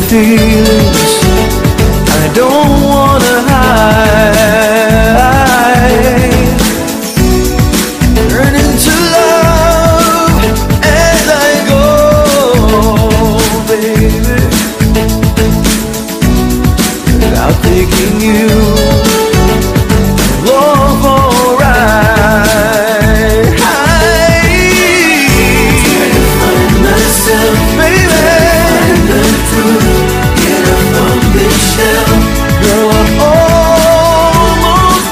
feelings I don't wanna hide. Turn into love as I go, baby, without taking you along for a ride. Trying to find myself, baby, find the truth, get up from this shell. Girl, I'm almost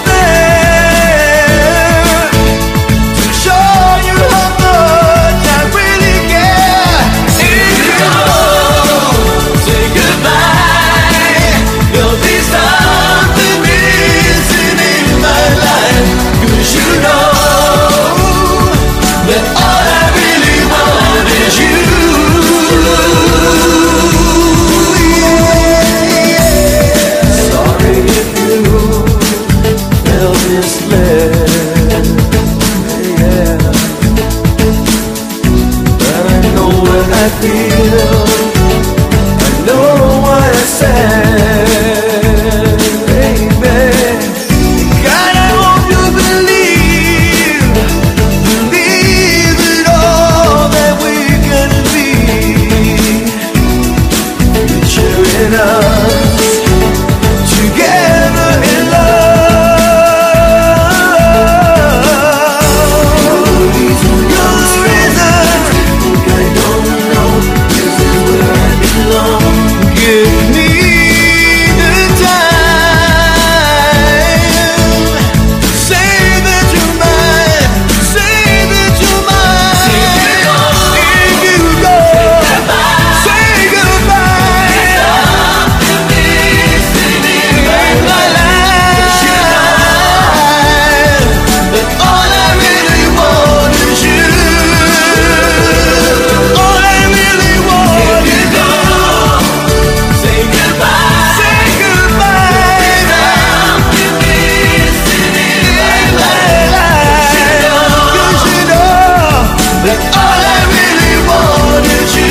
there to show you how much I really care. If you go, say goodbye, there'll be something missing in my life. 'Cause you know that all I really want is you. Sorry if you felt misled, yeah. But I know what I feel, I know what I said, baby. God, I hope you believe in all that we're gonna be. Picturing us together in love. You're the reason I don't know this is where I belong. Give me the time. Say that you're mine. Say that you're mine. If you go, say goodbye. Something missing in my life. But all I really want is you. All I really want is you. Say goodbye. Say goodbye. Something missing in my life. 'Cause you know that all I really want is you.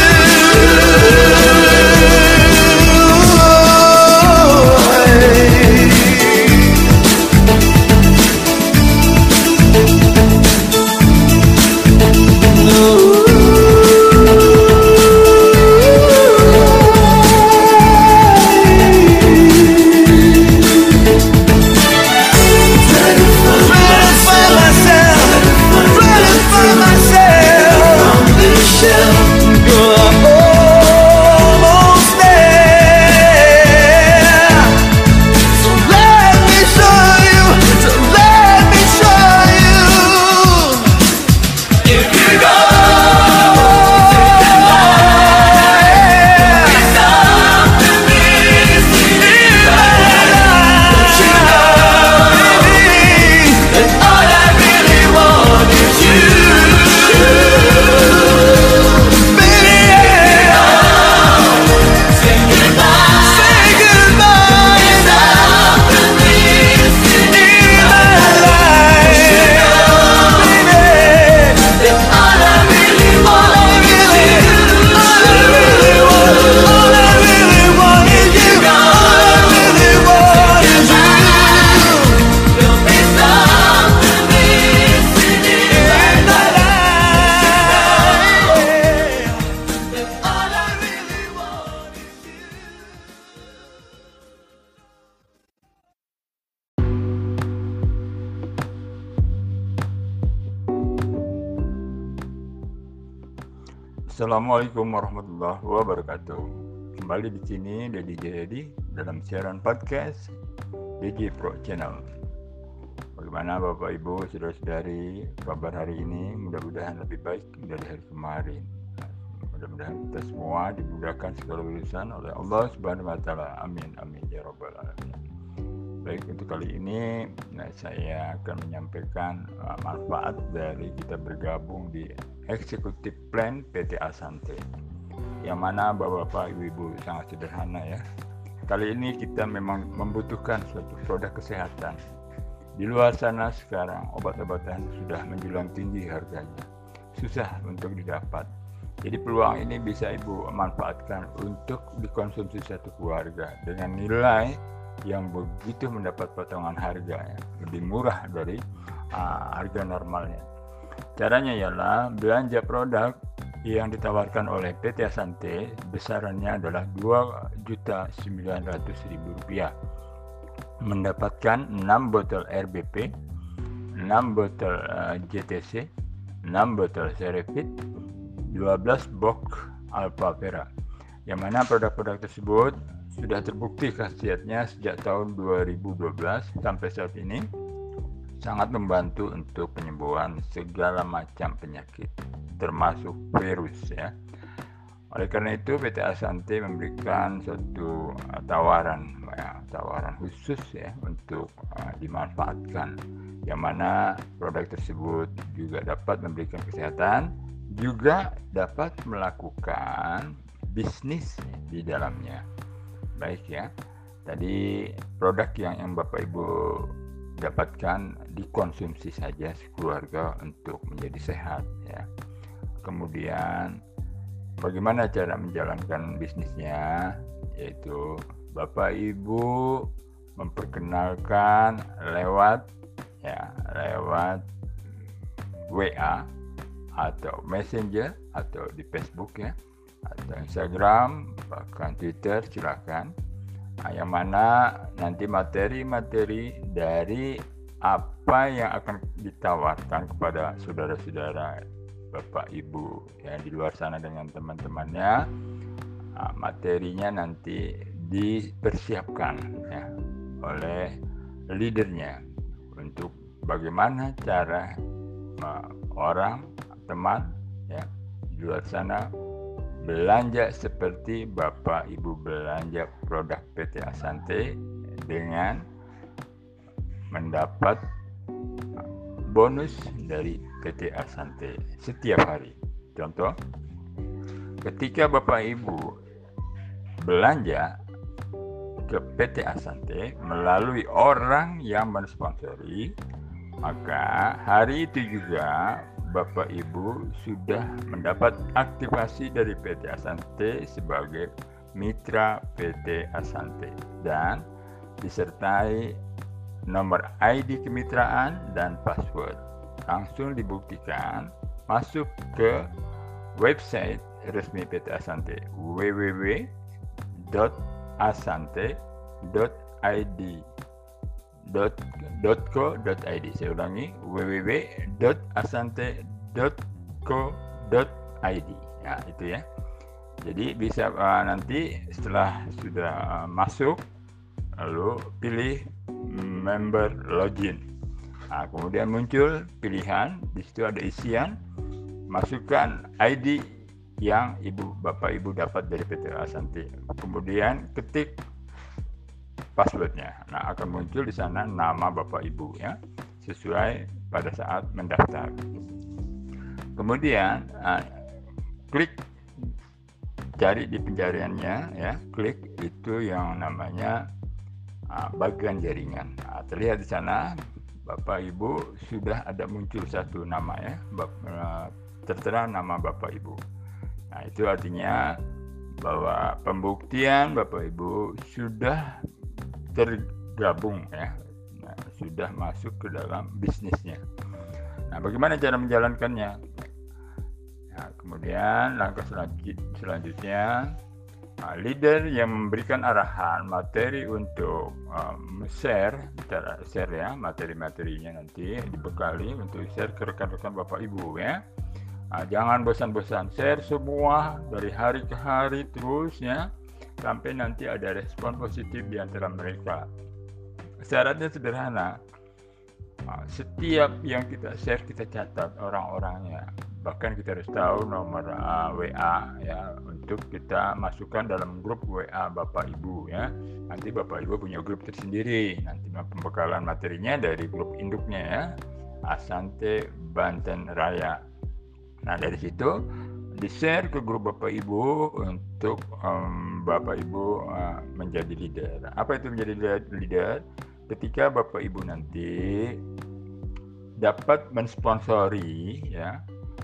Assalamualaikum warahmatullahi wabarakatuh. Kembali di sini Dedi Jayadi dalam siaran podcast DJ Pro Channel. Bagaimana Bapak Ibu, saudara-saudari, kabar hari ini? Mudah-mudahan lebih baik dari hari kemarin. Mudah-mudahan kita semua dimudahkan segala urusan oleh Allah Subhanahu wa taala. Amin amin ya rabbal alamin. Baik, untuk kali ini saya akan menyampaikan manfaat dari kita bergabung di Executive Plan PT Asante, yang mana Bapak-bapak, Ibu-ibu sangat sederhana ya. Kali ini kita memang membutuhkan suatu produk kesehatan. Di luar sana sekarang obat-obatan sudah menjulang tinggi harganya, susah untuk didapat. Jadi peluang ini bisa Ibu manfaatkan untuk dikonsumsi satu keluarga dengan nilai yang begitu mendapat potongan harga ya, lebih murah dari harga normalnya. Caranya ialah belanja produk yang ditawarkan oleh PT Asante besarannya adalah Rp2.900.000, mendapatkan 6 botol RBP, 6 botol JTC, 6 botol Cerevit, 12 box Alpha Vera, yang mana produk-produk tersebut sudah terbukti khasiatnya sejak tahun 2012 sampai saat ini sangat membantu untuk penyembuhan segala macam penyakit termasuk virus ya. Oleh karena itu PT Asante memberikan suatu tawaran khusus ya untuk dimanfaatkan, yang mana produk tersebut juga dapat memberikan kesehatan, juga dapat melakukan bisnis di dalamnya. Baik ya, tadi produk yang Bapak Ibu dapatkan dikonsumsi saja sekeluarga untuk menjadi sehat ya. Kemudian bagaimana cara menjalankan bisnisnya, yaitu Bapak Ibu memperkenalkan lewat WA atau Messenger atau di Facebook ya, atau Instagram, bahkan Twitter, silakan. Yang mana nanti materi-materi dari apa yang akan ditawarkan kepada saudara-saudara Bapak Ibu yang di luar sana dengan teman-temannya, materinya nanti dipersiapkan ya oleh leadernya untuk bagaimana cara orang teman ya di luar sana belanja seperti Bapak Ibu belanja produk PT Asante dengan mendapat bonus dari PT Asante setiap hari. Contoh, ketika Bapak Ibu belanja ke PT Asante melalui orang yang mensponsori, maka hari itu juga Bapak Ibu sudah mendapat aktivasi dari PT Asante sebagai mitra PT Asante dan disertai nomor ID kemitraan dan password. Langsung dibuktikan masuk ke website resmi PT Asante www.asante.id.co.id. Saya ulangi, www.asante.co.id. Ya, itu ya. Jadi bisa nanti setelah sudah masuk, lalu pilih member login. Nah, kemudian muncul pilihan, di situ ada isian, masukkan ID yang Bapak Ibu dapat dari PT Asante. Kemudian ketik passwordnya. Nah, akan muncul di sana nama Bapak Ibu ya, sesuai pada saat mendaftar. Kemudian klik cari di pencariannya ya, klik itu yang namanya bagian jaringan. Nah, terlihat di sana Bapak Ibu sudah ada muncul satu nama ya, tertera nama Bapak Ibu. Nah, itu artinya bahwa pembuktian Bapak Ibu sudah tergabung ya, sudah masuk ke dalam bisnisnya. Nah, bagaimana cara menjalankannya? Nah, kemudian langkah selanjutnya, leader yang memberikan arahan materi untuk share ya, materi-materinya nanti dibekali untuk share ke rekan-rekan Bapak Ibu ya. Nah, jangan bosan-bosan, share semua dari hari ke hari terus ya, sampai nanti ada respon positif di antara mereka. Syaratnya sederhana, setiap yang kita share kita catat orang-orangnya, bahkan kita harus tahu nomor WA ya, untuk kita masukkan dalam grup WA Bapak Ibu ya. Nanti Bapak Ibu punya grup tersendiri, nanti pembekalan materinya dari grup induknya ya, Asante Banten Raya. Nah, dari situ di-share ke grup Bapak Ibu untuk Bapak Ibu menjadi leader. Apa itu menjadi leader? Ketika Bapak Ibu nanti dapat mensponsori ya,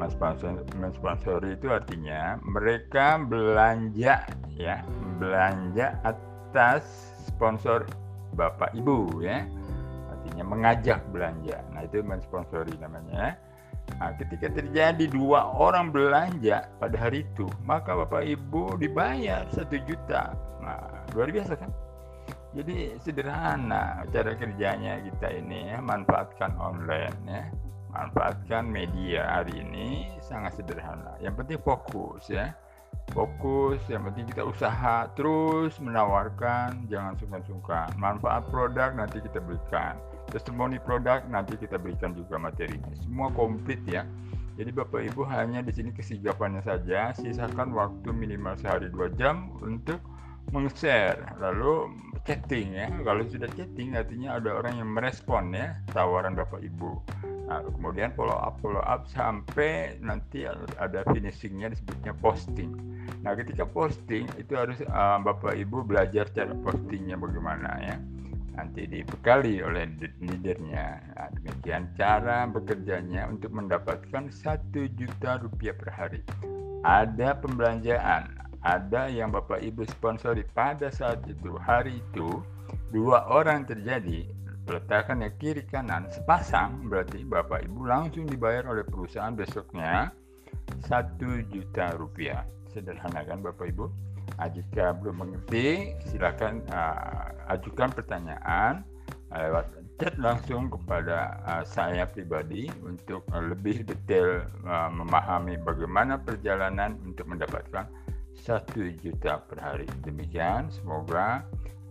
Mensponsori itu artinya mereka belanja ya, belanja atas sponsor Bapak Ibu ya. Artinya mengajak belanja. Nah, itu mensponsori namanya. Nah, ketika terjadi 2 orang belanja pada hari itu, maka Bapak Ibu dibayar 1 juta. Nah, luar biasa kan? Jadi sederhana cara kerjanya kita ini ya, manfaatkan online ya. Manfaatkan media hari ini sangat sederhana. Yang penting fokus ya. Fokus, yang penting kita usaha terus menawarkan, jangan sungkan-sungkan. Manfaat produk nanti kita berikan. Testimoni produk nanti kita berikan juga materinya. Semua komplit ya. Jadi Bapak Ibu hanya di sini kesigapannya saja, sisakan waktu minimal sehari 2 jam untuk meng-share, lalu chatting ya. Kalau sudah chatting artinya ada orang yang merespon ya tawaran Bapak Ibu. Nah, kemudian follow up sampai nanti ada finishingnya disebutnya posting. Nah, ketika posting itu harus Bapak Ibu belajar cara postingnya bagaimana ya. Nanti dibekali oleh leadernya. Nah, demikian cara bekerjanya untuk mendapatkan 1 juta rupiah per hari. Ada pembelanjaan, ada yang Bapak Ibu sponsori pada saat itu, hari itu 2 orang terjadi, letakkan yang kiri kanan sepasang, berarti Bapak Ibu langsung dibayar oleh perusahaan besoknya 1 juta rupiah. Sederhana kan Bapak Ibu? Nah, jika belum mengerti silakan ajukan pertanyaan lewat chat langsung kepada saya pribadi untuk lebih detail memahami bagaimana perjalanan untuk mendapatkan 1 juta per hari. Demikian, semoga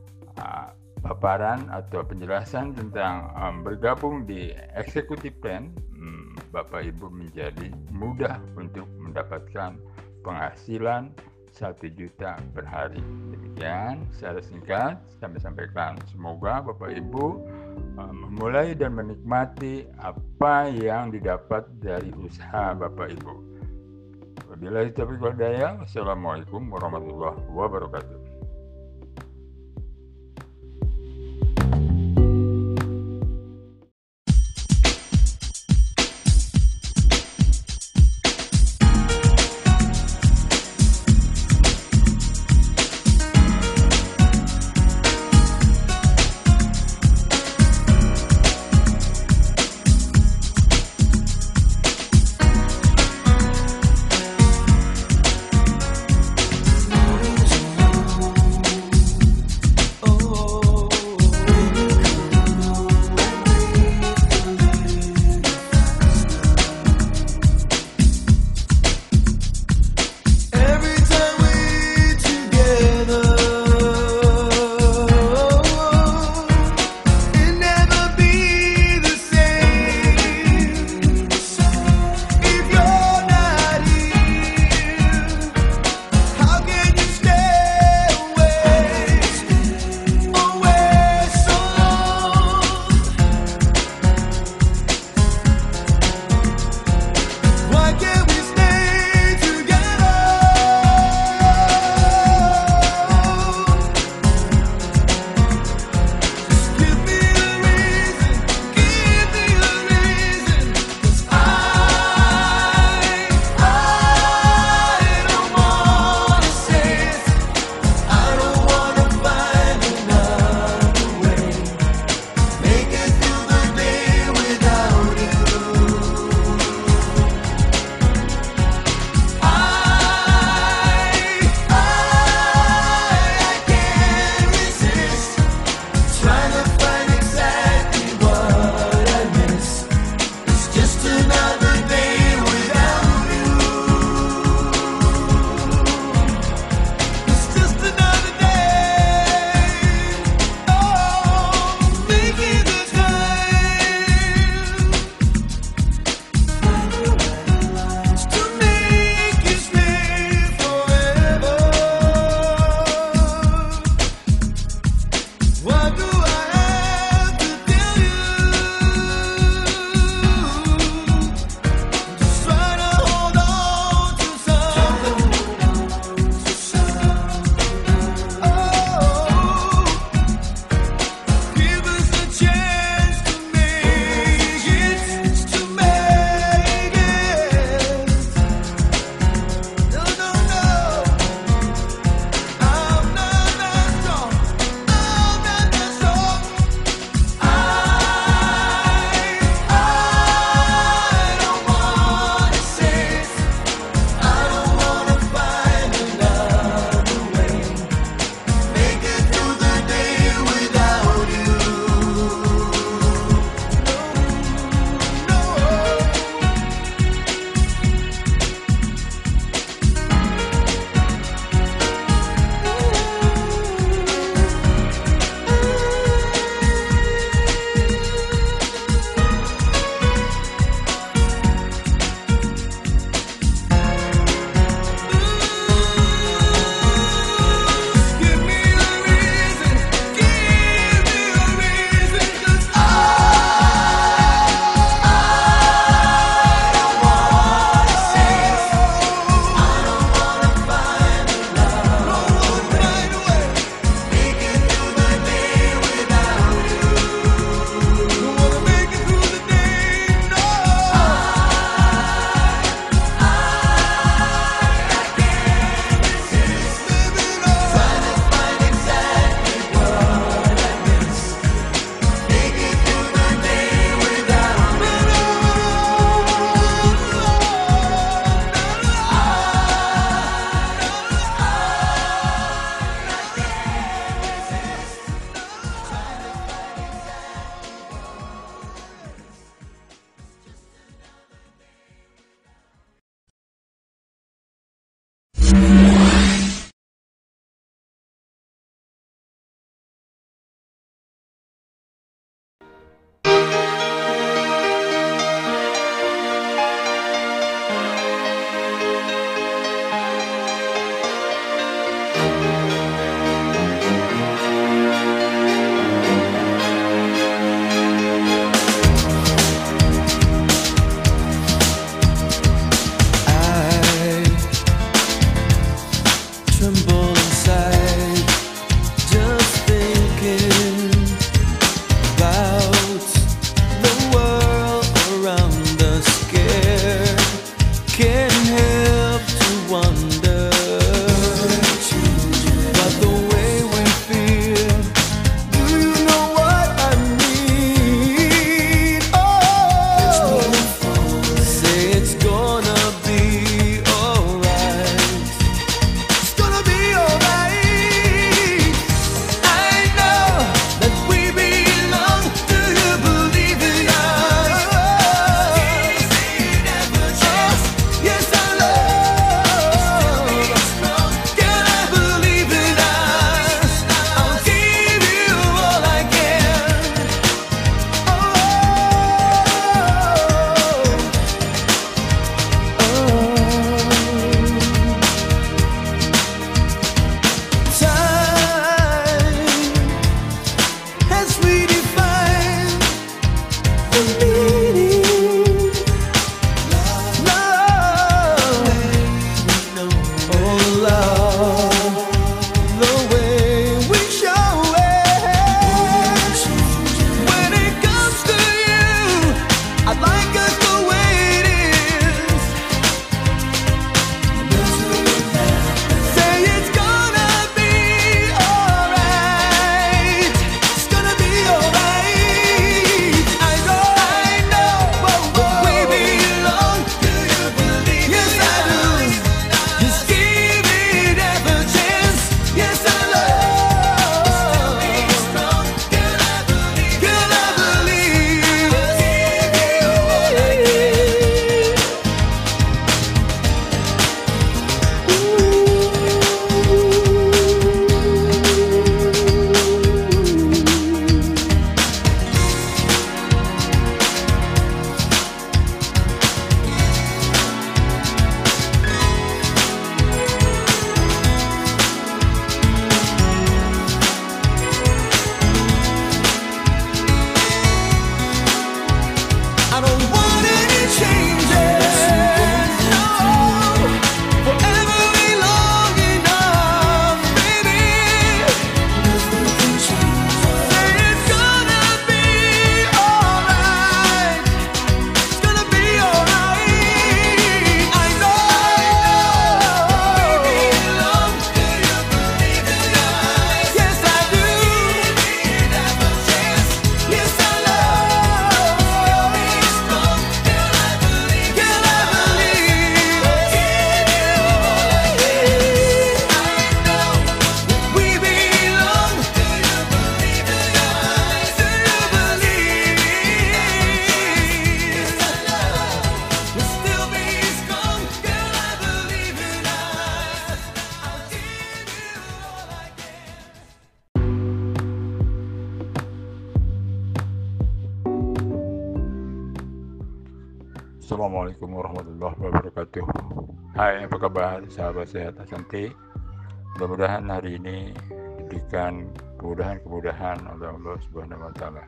paparan atau penjelasan tentang bergabung di Executive Plan Bapak Ibu menjadi mudah untuk mendapatkan penghasilan 1 juta per hari. Demikian secara singkat kami sampaikan. Semoga Bapak Ibu memulai dan menikmati apa yang didapat dari usaha Bapak Ibu. Wabillahi taufiq wal hidayah. Wassalamualaikum warahmatullahi wabarakatuh. Assalamualaikum warahmatullahi wabarakatuh. Hai, apa kabar sahabat sehat Asante? Mudah-mudahan hari ini diberikan kemudahan oleh Allah Subhanahu wa taala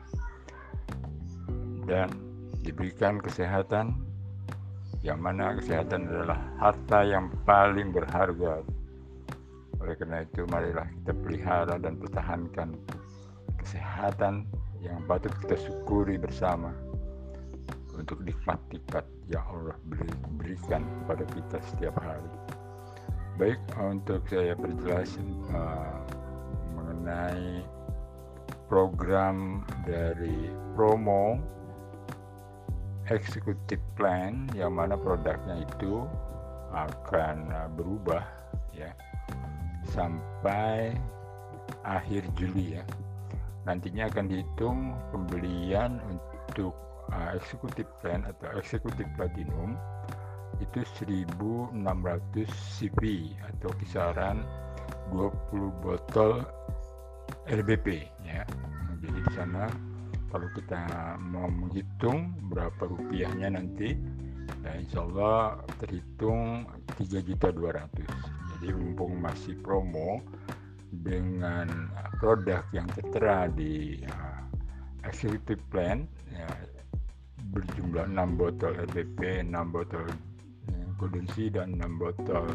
dan diberikan kesehatan, yang mana kesehatan adalah harta yang paling berharga. Oleh karena itu, marilah kita pelihara dan pertahankan kesehatan yang patut kita syukuri bersama untuk nikmat-nikmat yang Allah berikan kepada kita setiap hari. Baik, untuk saya perjelas mengenai program dari promo executive plan, yang mana produknya itu akan berubah ya sampai akhir Juli ya. Nantinya akan dihitung pembelian untuk executive plan atau executive platinum itu 1.600 cv atau kisaran 20 botol RBP ya. Jadi di sana kalau kita mau menghitung berapa rupiahnya nanti, ya insya Allah terhitung 3.200.000. Jadi mumpung masih promo dengan produk yang tertera di executive plan ya, berjumlah 6 botol RBP, 6 botol Golden Sea dan 6 botol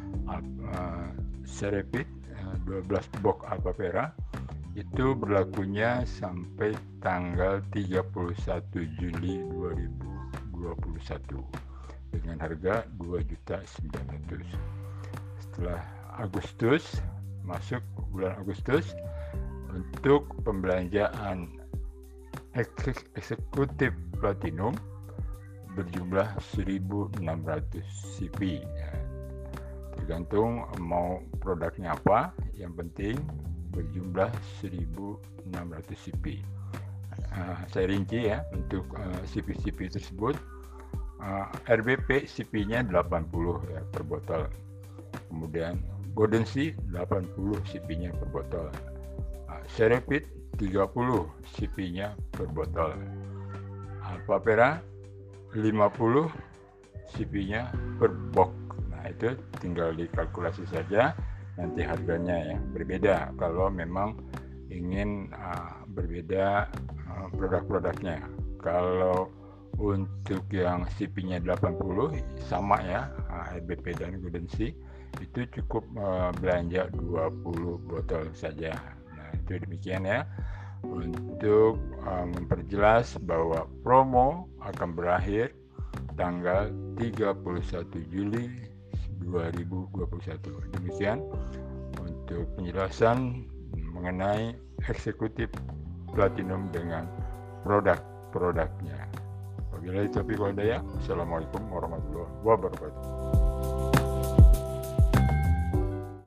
Serepit, 12 box Alpapera, itu berlakunya sampai tanggal 31 Juli 2021 dengan harga 2.900.000. Setelah Agustus, masuk bulan Agustus, untuk pembelanjaan eksekutif platinum berjumlah 1.600 cv ya. Tergantung mau produknya apa, yang penting berjumlah 1.600 cv. Saya rinci ya untuk cv-cv tersebut. RBP cv-nya 80 ya per botol, kemudian Golden Sea 80 cv-nya per botol, Serepit 30 cv-nya per botol, Alpapera 50 cv-nya per box. Nah itu tinggal dikalkulasi saja, nanti harganya ya berbeda kalau memang ingin berbeda produk-produknya. Kalau untuk yang cv-nya 80 sama ya, RBP dan Golden Sea, itu cukup belanja 20 botol saja. Nah itu demikian ya, untuk memperjelas bahwa promo akan berakhir tanggal 31 Juli 2021. Demikian untuk penjelasan mengenai eksekutif platinum dengan produk-produknya. Wabillahi taufiq wal hidayah. Assalamualaikum warahmatullahi wabarakatuh.